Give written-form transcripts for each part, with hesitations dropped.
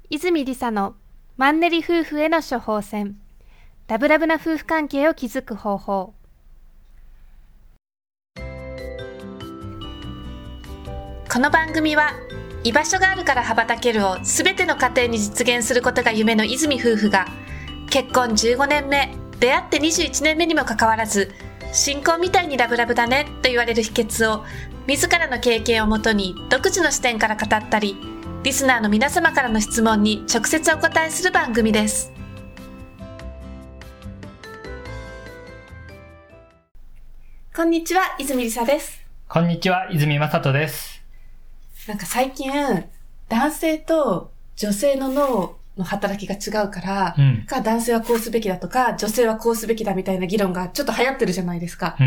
泉理沙のマンネリ夫婦への処方箋。ラブラブな夫婦関係を築く方法。この番組は居場所があるから羽ばたけるをすべての家庭に実現することが夢の泉夫婦が、結婚15年目、出会って21年目にもかかわらず、新婚みたいにラブラブだねと言われる秘訣を自らの経験をもとに独自の視点から語ったり、リスナーの皆様からの質問に直接お答えする番組です。こんにちは、泉理沙です。 こんにちは、泉正人です。 なんか最近、男性と女性の脳の働きが違うから、男性はこうすべきだとか、女性はこうすべきだみたいな議論がちょっと流行ってるじゃないですか。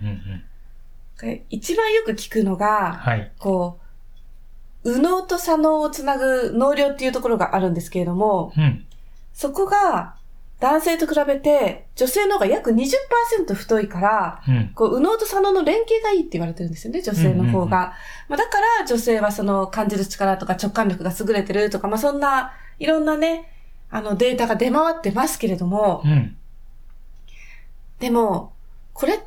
一番よく聞くのが、右脳と左脳をつなぐ脳梁っていうところがあるんですけれども、そこが男性と比べて女性の方が約 20% 太いから、右脳と左脳の連携がいいって言われてるんですよね、女性の方が。だから女性はその感じる力とか直感力が優れてるとか、そんないろんなね、データが出回ってますけれども、でも、これって、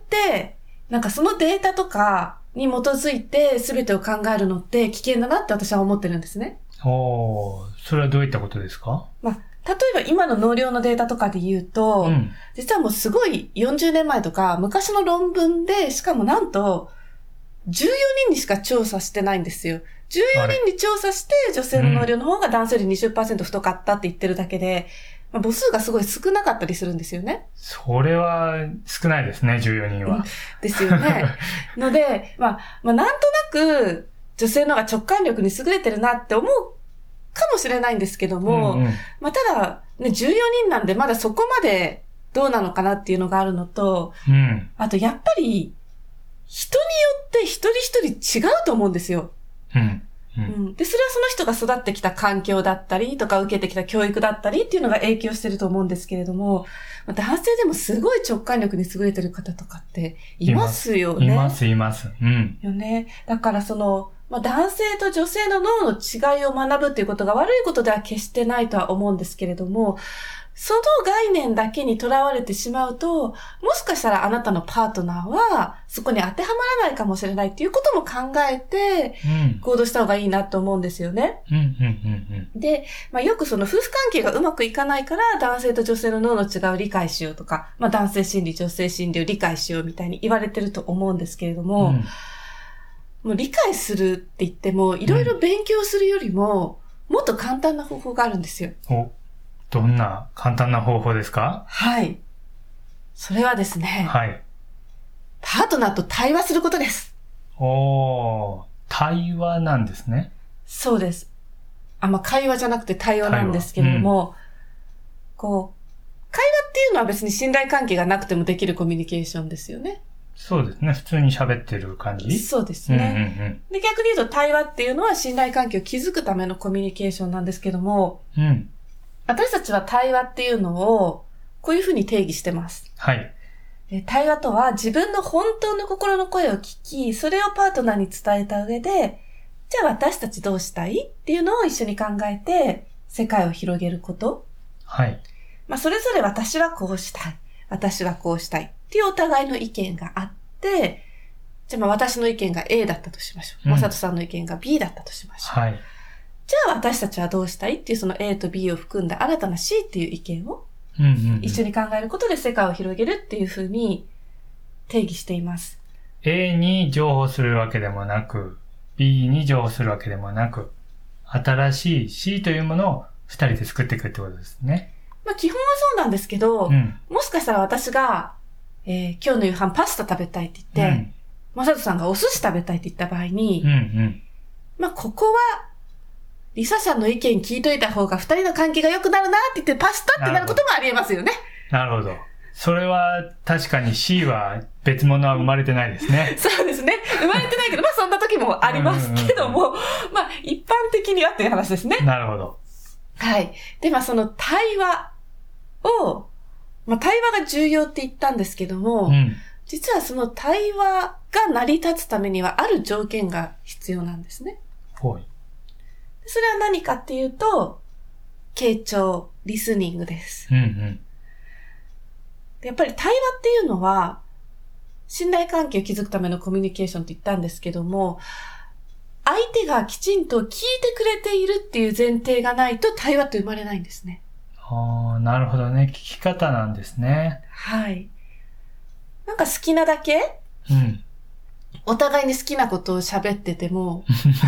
なんかそのデータとかに基づいて全てを考えるのって危険だなって私は思ってるんですね。 それはどういったことですか？ 例えば今の脳梁のデータとかで言うと、実はもうすごい40年前とか昔の論文で、しかもなんと14人にしか調査してないんですよ。14人に調査して女性の脳梁の方が男性より 20% 太かったって言ってるだけで、母数がすごい少なかったりするんですよね。 それは少ないですね、14人は。 ですよね。ので、なんとなく女性の方が直感力に優れてるなって思うかもしれないんですけども、ただ、ね、14人なんでまだそこまでどうなのかなっていうのがあるのと、あとやっぱり人によって一人一人違うと思うんですよ。で、それはその人が育ってきた環境だったりとか受けてきた教育だったりっていうのが影響してると思うんですけれども、男性でもすごい直感力に優れてる方とかっていますよね。 います。 よね。だから男性と女性の脳の違いを学ぶっていうことが悪いことでは決してないとは思うんですけれども、その概念だけにとらわれてしまうと、もしかしたらあなたのパートナーはそこに当てはまらないかもしれないっていうことも考えて行動した方がいいなと思うんですよね。で、よくその夫婦関係がうまくいかないから男性と女性の脳の違いを理解しようとか、男性心理、女性心理を理解しようみたいに言われてると思うんですけれども、もう理解するって言ってもいろいろ勉強するよりももっと簡単な方法があるんですよ。 どんな簡単な方法ですか？ はい。それはですね。パートナーと対話することです。 対話なんですね。 そうです。会話じゃなくて対話なんですけれども、会話っていうのは別に信頼関係がなくてもできるコミュニケーションですよね。 そうですね。普通に喋ってる感じ？ そうですね。で、逆に言うと対話っていうのは信頼関係を築くためのコミュニケーションなんですけども、私たちは対話っていうのをこういうふうに定義してます。対話とは自分の本当の心の声を聞き、それをパートナーに伝えた上で、じゃあ私たちどうしたいっていうのを一緒に考えて世界を広げること。それぞれ私はこうしたい。私はこうしたいっていうお互いの意見があって、じゃあ私の意見が A だったとしましょう。正人さんの意見が B だったとしましょう。じゃあ私たちはどうしたいっていうその A と B を含んだ新たな C っていう意見を一緒に考えることで世界を広げるっていうふうに定義しています。 A に情報するわけでもなく、B に情報するわけでもなく、新しい C というものを二人で作っていくってことですね。 基本はそうなんですけど、もしかしたら私が、今日の夕飯パスタ食べたいって言って、正人さんがお寿司食べたいって言った場合に、ここはリサさんの意見聞いといた方が二人の関係が良くなるなって言ってパスタってなることもあり得ますよね。 なるほど。それは確かに C は別物は生まれてないですね。 そうですね。生まれてないけど、そんな時もありますけども、一般的にはっていう話ですね。 なるほど。 で、その対話を、対話が重要って言ったんですけども、実はその対話が成り立つためにはある条件が必要なんですね。それは何かっていうと、 傾聴、リスニングです。 うんうん、 やっぱり対話っていうのは、信頼関係を築くためのコミュニケーションと言ったんですけども、相手がきちんと聞いてくれているっていう前提がないと対話って生まれないんですね。 なるほどね。聞き方なんですね。 はい。なんか好きなだけ、 うん、 お互いに好きなことを喋ってても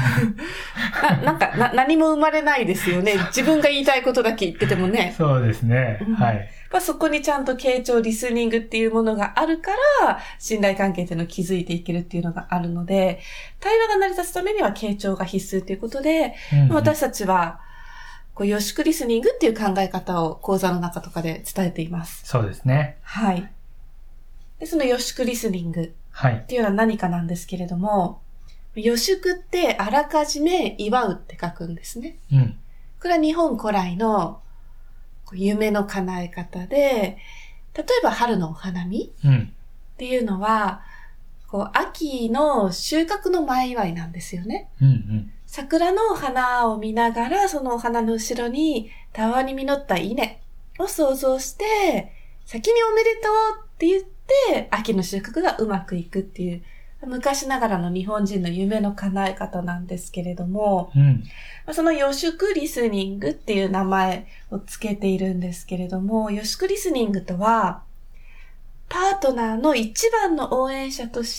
何も生まれないですよね。自分が言いたいことだけ言っててもね。 そうですね。はい。 そこにちゃんと傾聴、リスニングっていうものがあるから、信頼関係っていうのを築いていけるっていうのがあるので、対話が成り立つためには傾聴が必須ということで、私たちは、予縮リスニングっていう考え方を講座の中とかで伝えています。 そうですね。 はい。で、その予縮リスニングっていうのは何かなんですけれども、予縮ってあらかじめ祝うって書くんですね。 うん。 これは日本古来の夢の叶え方で、例えば春のお花見っていうのは、秋の収穫の前祝いなんですよね。 うんうん、 桜の花を見ながら、そのお花の後ろにたわに実った稲を想像して、先におめでとうって言って、秋の収穫がうまくいくっていう、昔ながらの日本人の夢の叶え方なんですけれども、その予縮リスニングっていう名前をつけているんですけれども、予縮リスニングとは、パートナーの一番の応援者として、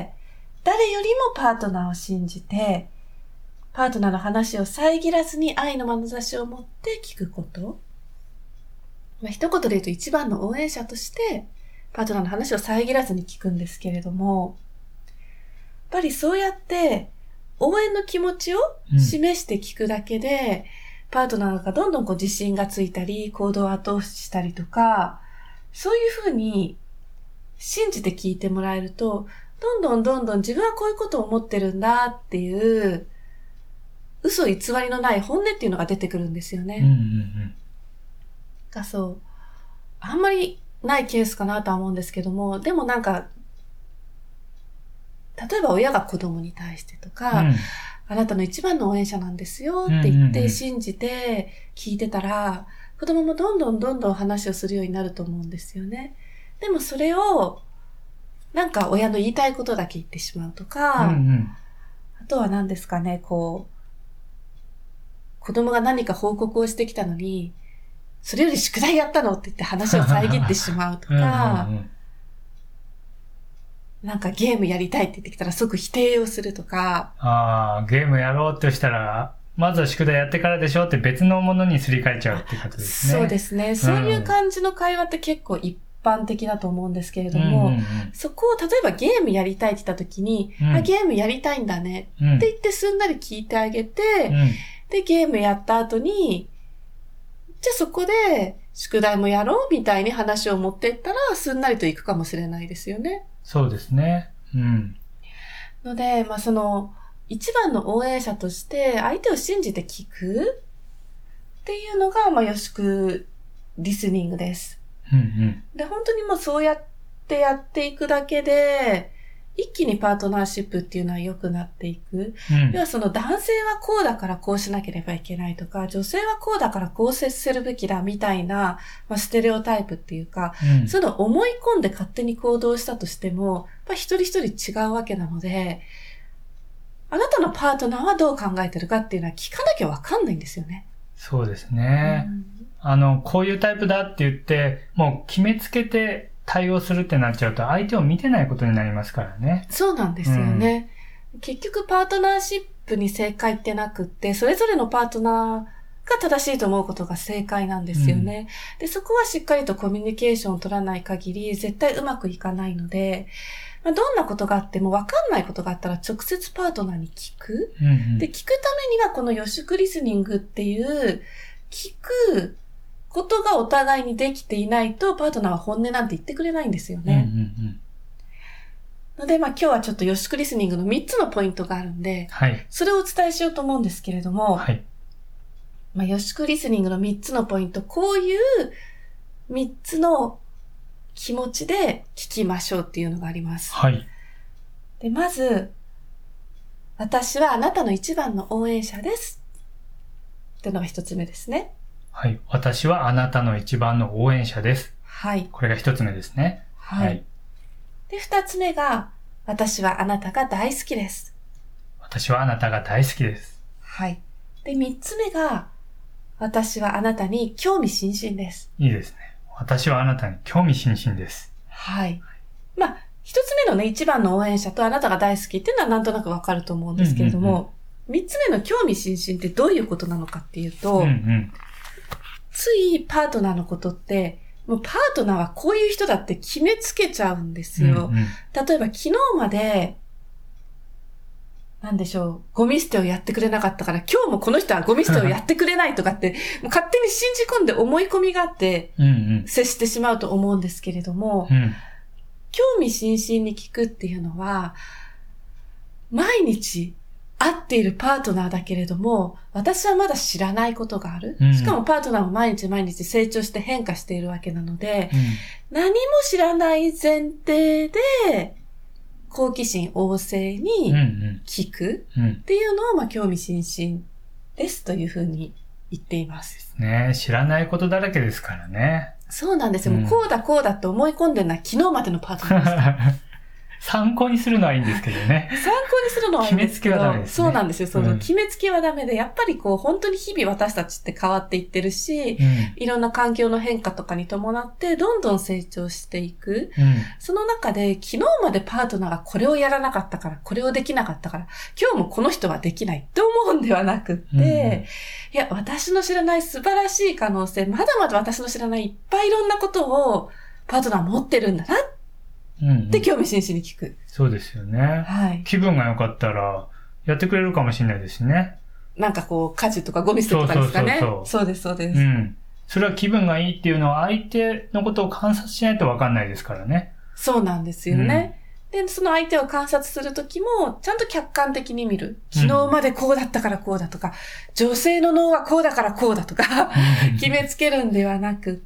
誰よりもパートナーを信じて、パートナーの話を遮らずに愛の眼差しを持って聞くこと。一言で言うと一番の応援者として、パートナーの話を遮らずに聞くんですけれども、やっぱりそうやって応援の気持ちを示して聞くだけで、パートナーがどんどん自信がついたり、行動を後押ししたりとか、そういうふうに信じて聞いてもらえると、どんどん自分はこういうことを思ってるんだっていう、嘘偽りのない本音っていうのが出てくるんですよね。そう。あんまりないケースかなとは思うんですけども、でも例えば親が子供に対してとか、あなたの一番の応援者なんですよって言って信じて聞いてたら、子供もどんどん話をするようになると思うんですよね。でもそれを、親の言いたいことだけ言ってしまうとか、あとは何ですかね、子供が何か報告をしてきたのに、それより宿題やったのって言って話を遮ってしまうとか、ゲームやりたいって言ってきたら即否定をするとか。 ゲームやろうとしたら、まずは宿題やってからでしょって別のものにすり替えちゃうってことですね。 そうですね。そういう感じの会話って結構一般的だと思うんですけれども、そこを例えばゲームやりたいって言った時に、ゲームやりたいんだねって言ってすんなり聞いてあげて、で、ゲームやった後に、じゃあそこで宿題もやろうみたいに話を持っていったらすんなりといくかもしれないですよね。 そうですね。 ので、一番の応援者として相手を信じて聞くっていうのが、予縮リスニングです。で、本当にそうやってやっていくだけで、一気にパートナーシップっていうのは良くなっていく。要は男性はこうだからこうしなければいけないとか、女性はこうだからこう接するべきだみたいな、ステレオタイプっていうか、そういうのを思い込んで勝手に行動したとしても、一人一人違うわけなので、あなたのパートナーはどう考えてるかっていうのは聞かなきゃわかんないんですよね。 そうですね。こういうタイプだって言って、もう決めつけて対応するってなっちゃうと相手を見てないことになりますからね。 そうなんですよね。結局パートナーシップに正解ってなくって、それぞれのパートナーが正しいと思うことが正解なんですよね。で、そこはしっかりとコミュニケーションを取らない限り絶対うまくいかないので、どんなことがあっても分かんないことがあったら直接パートナーに聞く。で、聞くためにはこの予縮リスニングっていう聞くことがお互いにできていないとパートナーは本音なんて言ってくれないんですよね。ので、今日はちょっと予縮リスニングの3つのポイントがあるんで、それをお伝えしようと思うんですけれども、予縮リスニングの3つのポイント、こういう3つの気持ちで聞きましょうっていうのがあります。で、まず、私はあなたの一番の応援者です。っていうのが1つ目ですね。 はい。私はあなたの一番の応援者です。 はい。 これが一つ目ですね。 はい。で、二つ目が、私はあなたが大好きです。 私はあなたが大好きです。 はい。で、三つ目が、私はあなたに興味津々です。 いいですね。私はあなたに興味津々です。 はい。まあ、一つ目のね、一番の応援者とあなたが大好きっていうのはなんとなくわかると思うんですけれども、三つ目の興味津々ってどういうことなのかっていうと、ついパートナーのことって、もうパートナーはこういう人だって決めつけちゃうんですよ。例えば昨日まで、なんでしょう、ゴミ捨てをやってくれなかったから、今日もこの人はゴミ捨てをやってくれないとかって、もう勝手に信じ込んで思い込みがあって、接してしまうと思うんですけれども、興味津々に聞くっていうのは、毎日会っているパートナーだけれども、私はまだ知らないことがある。しかもパートナーも毎日毎日成長して変化しているわけなので、何も知らない前提で、好奇心旺盛に聞くっていうのを、まあ、興味津々ですというふうに言っています。 ですね。知らないことだらけですからね。 そうなんですよ。もうこうだこうだと思い込んでるのは昨日までのパートナーでした。 参考にするのはいいんですけどね。 参考にするのはいいんですけど。 決めつけはダメですね。 そうなんですよ。その決めつけはダメで、やっぱりこう本当に日々私たちって変わっていってるし、いろんな環境の変化とかに伴ってどんどん成長していく。その中で昨日までパートナーがこれをやらなかったから、これをできなかったから、今日もこの人はできないって思うんではなくって、いや、私の知らない素晴らしい可能性、まだまだ私の知らないいっぱいいろんなことをパートナー持ってるんだなって興味津々に聞く。 そうですよね。 はい。 気分が良かったらやってくれるかもしれないですね。 なんかこう家事とかゴミ捨てとかですかね。そうですそうです。 それは気分がいいっていうのは相手のことを観察しないと分かんないですからね。 そうなんですよね。で、その相手を観察するときも、ちゃんと客観的に見る。昨日までこうだったからこうだとか、女性の脳はこうだからこうだとか、決めつけるんではなくって、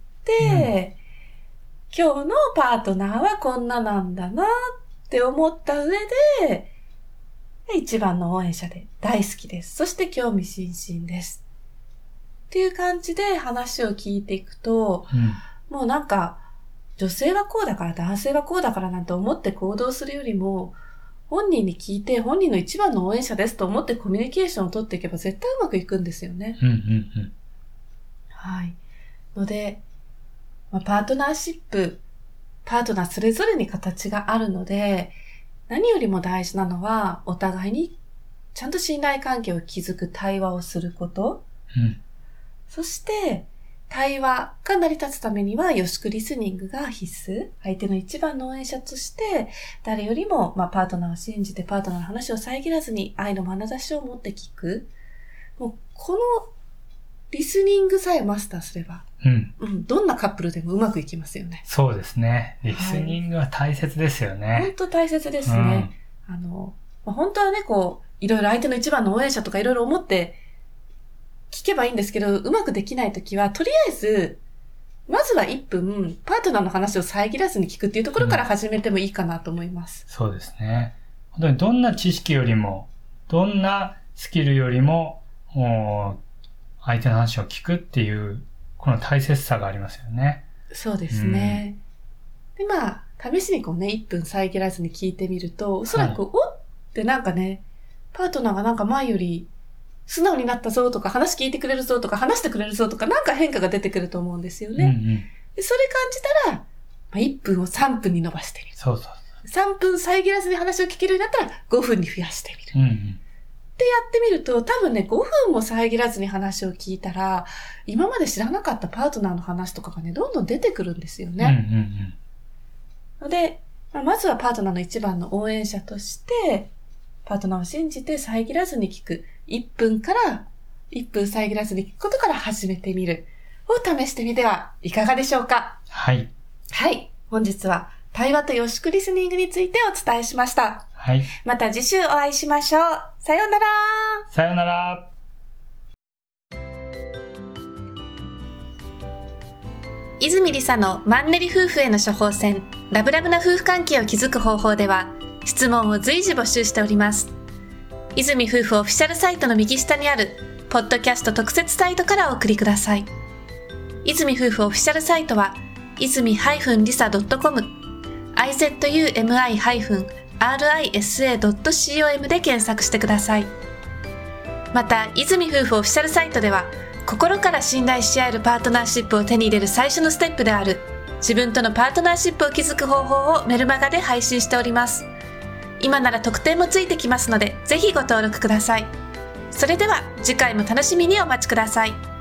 今日のパートナーはこんななんだなって思った上で、一番の応援者で大好きです。そして興味津々です。っていう感じで話を聞いていくと、もうなんか、女性はこうだから男性はこうだからなんて思って行動するよりも、本人に聞いて本人の一番の応援者ですと思ってコミュニケーションを取っていけば絶対うまくいくんですよね。はい。ので、パートナーシップ、パートナーそれぞれに形があるので、何よりも大事なのは、お互いにちゃんと信頼関係を築く対話をすること。そして、対話が成り立つためには、予祝リスニングが必須。相手の一番の応援者として、誰よりも、パートナーを信じて、パートナーの話を遮らずに、愛の眼差しを持って聞く。もう、このリスニングさえマスターすれば、どんなカップルでもうまくいきますよね。 そうですね。リスニングは大切ですよね。 本当大切ですね。本当はね、こう、いろいろ相手の一番の応援者とかいろいろ思って聞けばいいんですけど、うまくできないときは、とりあえず、まずは1分、パートナーの話を遮らずに聞くっていうところから始めてもいいかなと思います。 そうですね。本当にどんな知識よりも、どんなスキルよりも、相手の話を聞くっていう、この大切さがありますよね。 そうですね。で、試しにこうね、1分遮らずに聞いてみると、おそらく、おってなんかね、パートナーがなんか前より素直になったぞとか、話聞いてくれるぞとか、話してくれるぞとか、なんか変化が出てくると思うんですよね。でそれ感じたら、1分を3分に伸ばしてみる。3分遮らずに話を聞けるようになったら、5分に増やしてみる。ってやってみると、多分ね、5分も遮らずに話を聞いたら、今まで知らなかったパートナーの話とかがね、どんどん出てくるんですよね。ので、まずはパートナーの一番の応援者として、パートナーを信じて遮らずに聞く。1分遮らずに聞くことから始めてみる。を試してみてはいかがでしょうか。 はい。 はい。本日は対話と予祝リスニングについてお伝えしました。 はい。 また次週お会いしましょう。さようなら。 さようなら。 泉理沙のマンネリ夫婦への処方箋、ラブラブな夫婦関係を築く方法では、質問を随時募集しております。泉夫婦オフィシャルサイトの右下にある、ポッドキャスト特設サイトからお送りください。 泉夫婦オフィシャルサイトは、izumi-risa.com、izumi-risa.com で検索してください。また、泉夫婦オフィシャルサイトでは、心から信頼し合えるパートナーシップを手に入れる最初のステップである、自分とのパートナーシップを築く方法をメルマガで配信しております。今なら特典もついてきますので、ぜひご登録ください。それでは次回も楽しみにお待ちください。